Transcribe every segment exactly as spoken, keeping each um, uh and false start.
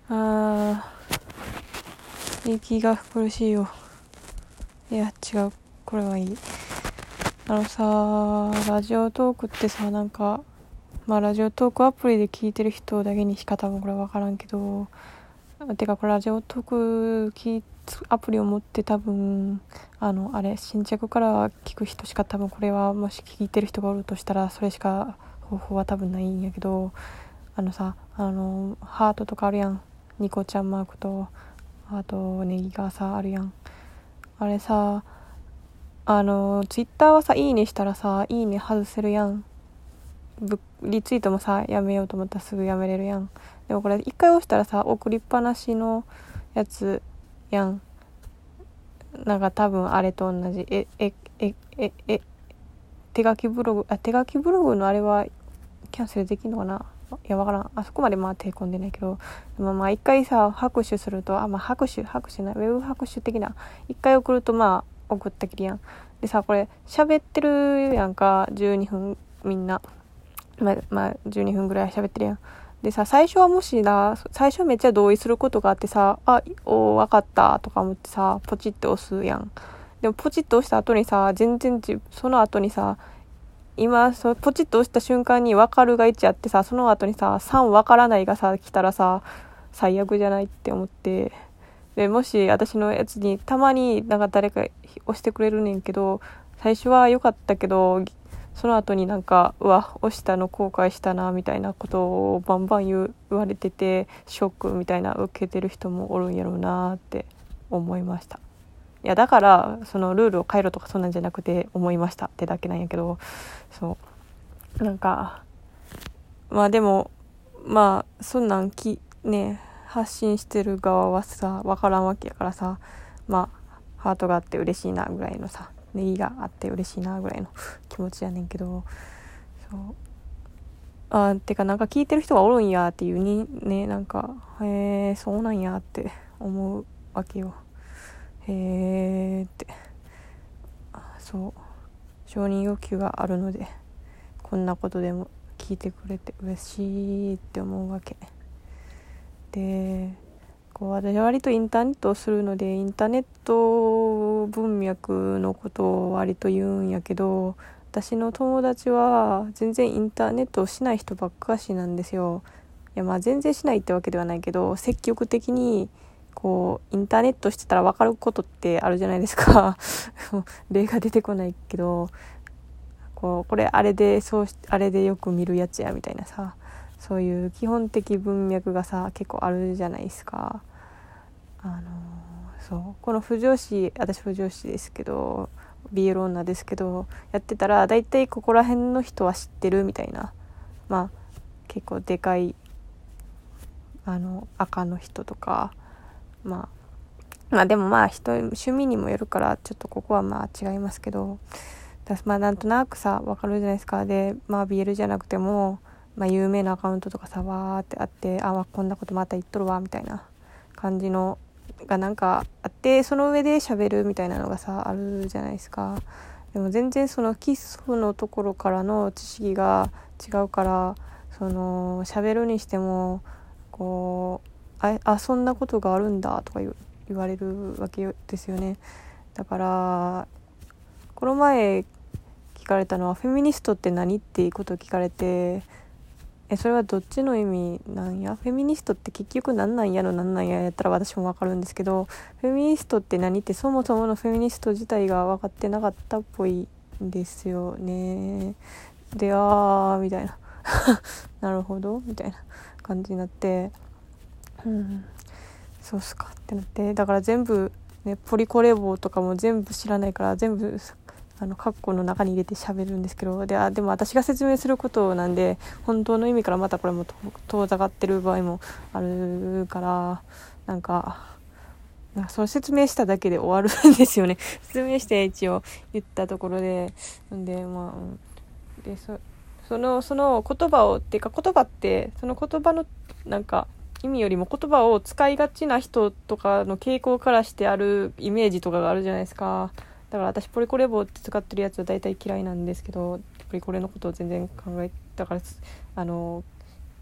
あー息が苦しいよ。いや違う、これはいい。あのさ、ラジオトークってさ、なんかまあラジオトークアプリで聞いてる人だけにしか多分これ分からんけど、てかこれラジオトーク聞アプリを持って多分あのあれ新着から聞く人しか多分これはもし聞いてる人がおるとしたらそれしか方法は多分ないんやけど、あのさ、あのハートとかあるやん、ニコちゃんマークとあとネギがさあるやん。あれさ、あのツイッターはさ、いいねしたらさ、いいね外せるやん。リツイートもさ、やめようと思ったらすぐやめれるやん。でもこれ一回押したらさ、送りっぱなしのやつやん。なんか多分あれと同じえええええ手書きブログ、あ手書きブログのあれはキャンセルできんのかな。いやわからん、あそこまでまあ手込んでないけど、でもまあ一回さ拍手すると、あまあ拍手拍手ないウェブ拍手的な、一回送るとまあ送ったきりやん。でさ、これ喋ってるやんか、じゅうにふんみんな、まあ、まあじゅうにふんぐらい喋ってるやん。でさ、最初はもしな、最初めっちゃ同意することがあってさ、あお分かったとか思ってさポチって押すやん。でもポチッと押した後にさ、全然その後にさ、今そうポチッと押した瞬間に分かるがいちあってさ、その後にささん分からないがさ来たらさ、最悪じゃないって思って、でもし私のやつにたまになんか誰か押してくれるねんけど、最初は良かったけどその後になんかうわ押したの後悔したなみたいなことをバンバン言う言われてて、ショックみたいな受けてる人もおるんやろうなって思いました。いやだからそのルールを変えろとかそんなんじゃなくて思いましたってだけなんやけど、そうなんかまあでもまあそんなんきね発信してる側はさ分からんわけやからさ、まあハートがあって嬉しいなぐらいのさ、ネギがあって嬉しいなぐらいの気持ちやねんけど、そうあてかなんか聞いてる人がおるんやっていうにね、なんかへえそうなんやって思うわけよ。へーって、そう承認欲求があるのでこんなことでも聞いてくれて嬉しいって思うわけで、こう私は割とインターネットをするのでインターネット文脈のことを割と言うんやけど、私の友達は全然インターネットをしない人ばっかしなんですよ。いやまあ全然しないってわけではないけど、積極的にこうインターネットしてたら分かることってあるじゃないですか例が出てこないけど、こうこれあれでそうしあれでよく見るやつやみたいなさ、そういう基本的文脈がさ結構あるじゃないですか。あのー、そうこの不女子、私不女子ですけど ビーエル 女ですけどやってたらだいたいここら辺の人は知ってるみたいな、まあ結構でかいあの赤の人とか、まあまあでもまあ人趣味にもよるからちょっとここはまあ違いますけど、だまあなんとなくさ分かるじゃないですか。でまあ ビーエル じゃなくても、まあ、有名なアカウントとかさわーってあって、あ、まあ、こんなことまた言っとるわみたいな感じのがなんかあって、その上で喋るみたいなのがさあるじゃないですか。でも全然その基礎のところからの知識が違うから、その喋るにしてもこうああそんなことがあるんだとか言言われるわけですよね。だからこの前聞かれたのはフェミニストって何っていうことを聞かれて、えそれはどっちの意味なんや、フェミニストって結局何なんやの何なんややったら私も分かるんですけど、フェミニストって何ってそもそものフェミニスト自体が分かってなかったっぽいんですよね。であーみたいななるほどみたいな感じになって、うんそうっすかってなって、だから全部ねポリコレ棒とかも全部知らないから全部あのカッコの中に入れて喋るんですけど、であでも私が説明することなんで本当の意味からまたこれも遠ざかってる場合もあるから、なんかなんかその説明しただけで終わるんですよね説明して一応言ったところで、んでまあで そ, そのその言葉をっていうか言葉ってその言葉のなんか意味よりも言葉を使いがちな人とかの傾向からしてあるイメージとかがあるじゃないですか。だから私ポリコレ棒って使ってるやつは大体嫌いなんですけど、ポリコレのことを全然考えだからあの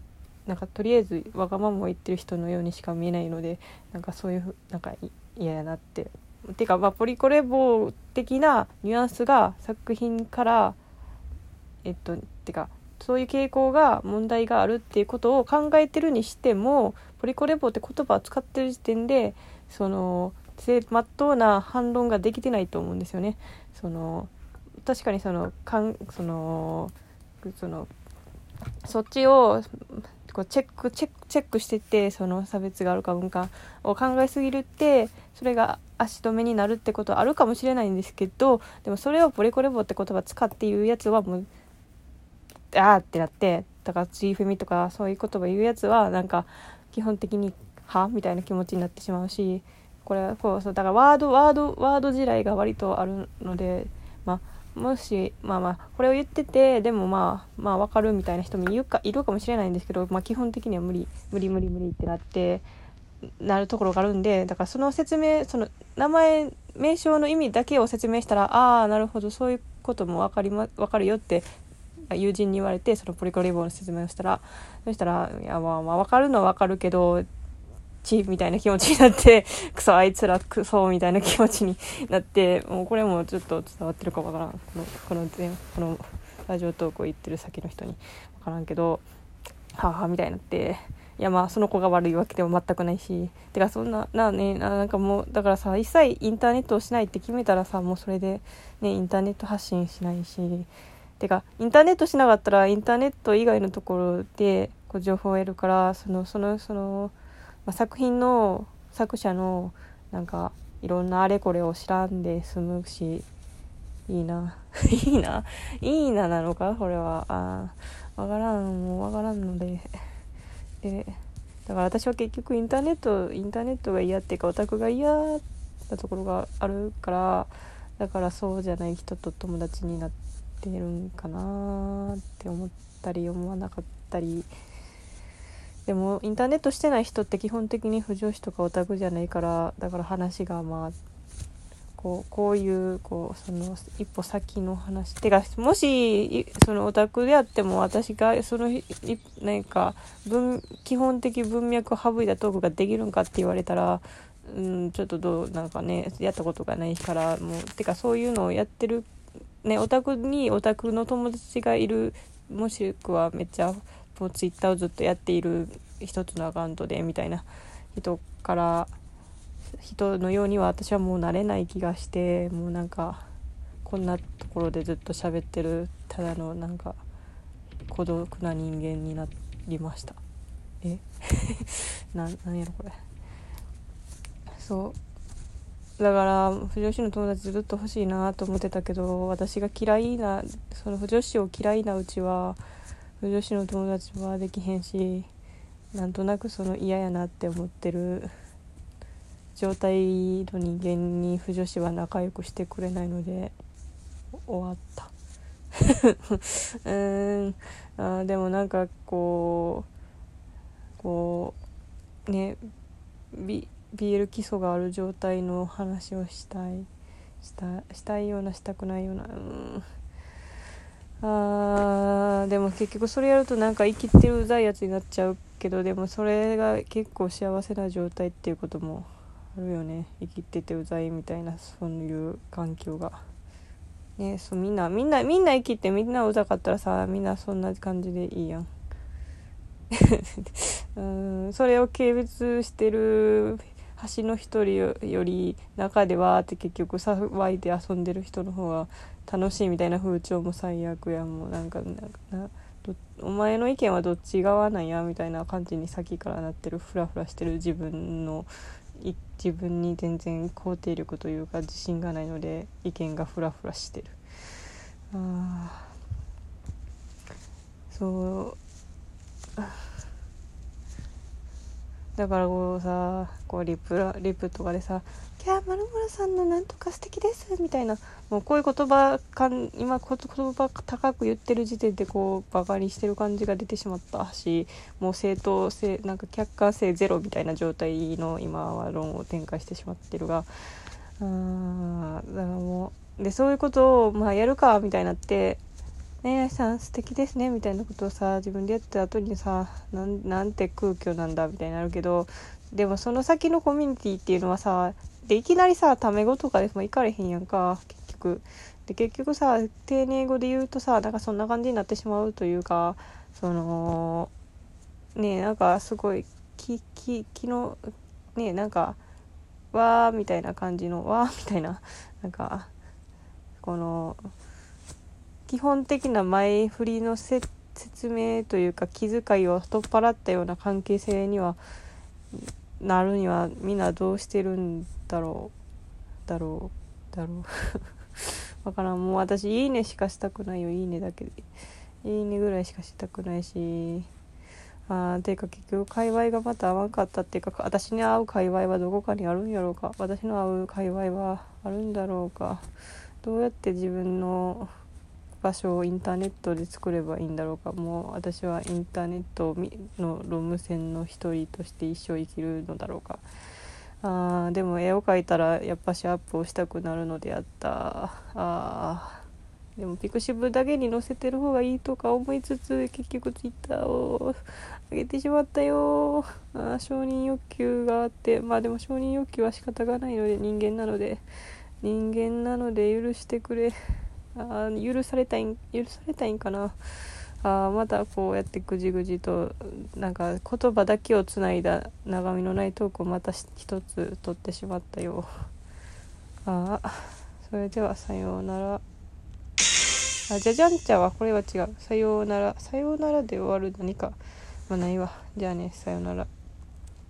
なんかとりあえずわがままを言ってる人のようにしか見えないので、なんかそういうなんか嫌やなって。てかまあポリコレ棒的なニュアンスが作品からえっとてかそういう傾向が問題があるっていうことを考えてるにしても、ポリコレ棒って言葉を使ってる時点でそのまっとうな反論ができてないと思うんですよね。その確かにそのかんそのそのそっちをこうチェックチェックチェックしてってその差別があるか文化を考えすぎるってそれが足止めになるってことはあるかもしれないんですけど、でもそれをポリコレ棒って言葉使って言うやつはもうあーってなって、だからツイフェミとかそういう言葉言うやつはなんか基本的にはみたいな気持ちになってしまうし、これはこうそうだからワードワードワード地雷が割とあるので、まあもしまあまあこれを言っててでもまあまあ分かるみたいな人もいるかいるかもしれないんですけど、まあ基本的には無理無理無理無理ってなってなるところがあるんで、だからその説明その名前名称の意味だけを説明したら、ああなるほどそういうことも分かりま分かるよって友人に言われて、そのポリコレ棒の説明をしたら、そしたらいやまあまあ分かるのは分かるけどチーみたいな気持ちになってクソあいつらクソみたいな気持ちになって、もうこれもちょっと伝わってるかわからん、このこの前このラジオトークを言ってる先の人にわからんけど、はあはあみたいになって、いやまあその子が悪いわけでも全くないし、てかそんななねななんかもうだからさ、一切インターネットをしないって決めたらさ、もうそれでねインターネット発信しないし、てかインターネットしなかったらインターネット以外のところでこう情報を得るから、そのそのそのまあ、作品の作者のなんかいろんなあれこれを知らんで済むし、いいないいないいななのかこれは、あわからんもうわからんので、でだから私は結局インターネットインターネットが嫌っていうかオタクが嫌なところがあるから、だからそうじゃない人と友達になってるんかなって思ったり思わなかったり。でもインターネットしてない人って基本的に不女子とかオタクじゃないから、だから話がまあこうこういうこうその一歩先の話てか、もしそのオタクであっても私がそのなんか文基本的文脈を省いたトークができるんかって言われたら、うん、ちょっとどうなんかねやったことがないから、もうてかそういうのをやってるねオタクにオタクの友達がいる、もしくはめっちゃツイッターをずっとやっている一つのアカウントでみたいな人から人のようには私はもう慣れない気がして、もうなんかこんなところでずっと喋ってるただのなんか孤独な人間になりました。えななんやろこれ。そうだから不女子の友達ずっと欲しいなと思ってたけど、私が嫌いなその不女子を嫌いなうちは不女子の友達はできへんし、なんとなくその嫌やなって思ってる状態の人間に不女子は仲良くしてくれないので終わったうーんあでもなんかこうこうね ビーエル 基礎がある状態の話をしたいしたしたいようなしたくないような、うんあーでも結局それやるとなんか生きてるうざいやつになっちゃうけど、でもそれが結構幸せな状態っていうこともあるよね。生きててうざいみたいなそういう環境がね。そうみんなみんなみんな生きてみんなうざかったらさ、みんなそんな感じでいいやんうんそれを軽蔑してる橋の一人より中ではって結局騒いで遊んでる人の方が楽しいみたいな風潮も最悪や。もうなんかなんかなどお前の意見はどっち側なんやみたいな感じに先からなってる、フラフラしてる自分のい自分に全然肯定力というか自信がないので意見がフラフラしてる。あそうだからこうさこうリプラリプとかでさ「いやまるまるさんのなんとか素敵です」みたいな、もうこういう言葉かん今言葉高く言ってる時点でこうバカにしてる感じが出てしまったし、もう正当性なんか客観性ゼロみたいな状態の今は論を展開してしまってるが、あーだからもうでそういうことをまあやるかみたいになって、 恋愛さん素敵ですねみたいなことをさ自分でやった後にさなん、なんて空虚なんだみたいになるけど、でもその先のコミュニティっていうのはさでいきなりさタメ語とかでもいかれへんやんか結局で結局さ丁寧語で言うとさなんかそんな感じになってしまうというか、そのねえなんかすごいきき気のねえなんかわーみたいな感じのわーみたいななんかこの基本的な前振りのせ説明というか気遣いを取っ払ったような関係性にはなるにはみんなどうしてるんだろうだろうだろうわからん。もう私いいねしかしたくないよ。いいねだけでいいねぐらいしかしたくないし、あーていうか結局界隈がまた合わんかったっていうか、私に合う界隈はどこかにあるんやろうか。私の合う界隈はあるんだろうか。どうやって自分の場所をインターネットで作ればいいんだろうか。もう私はインターネットの路無線の一人として一生生きるのだろうか。あーでも絵を描いたらやっぱしアップをしたくなるのであった。あーでもピクシブだけに載せてる方がいいとか思いつつ結局ツイッターを上げてしまったよ。あー承認欲求があって、まあでも承認欲求は仕方がないので、人間なので人間なので許してくれ。あ許されたいん許されたいんかな。あまたこうやってぐじぐじとなんか言葉だけをつないだ長みのないトークをまた一つ取ってしまったよ。あそれではさようなら。あじゃじゃんちゃはこれは違う。さようならさようならで終わる何かまあないわ。じゃあねさようなら。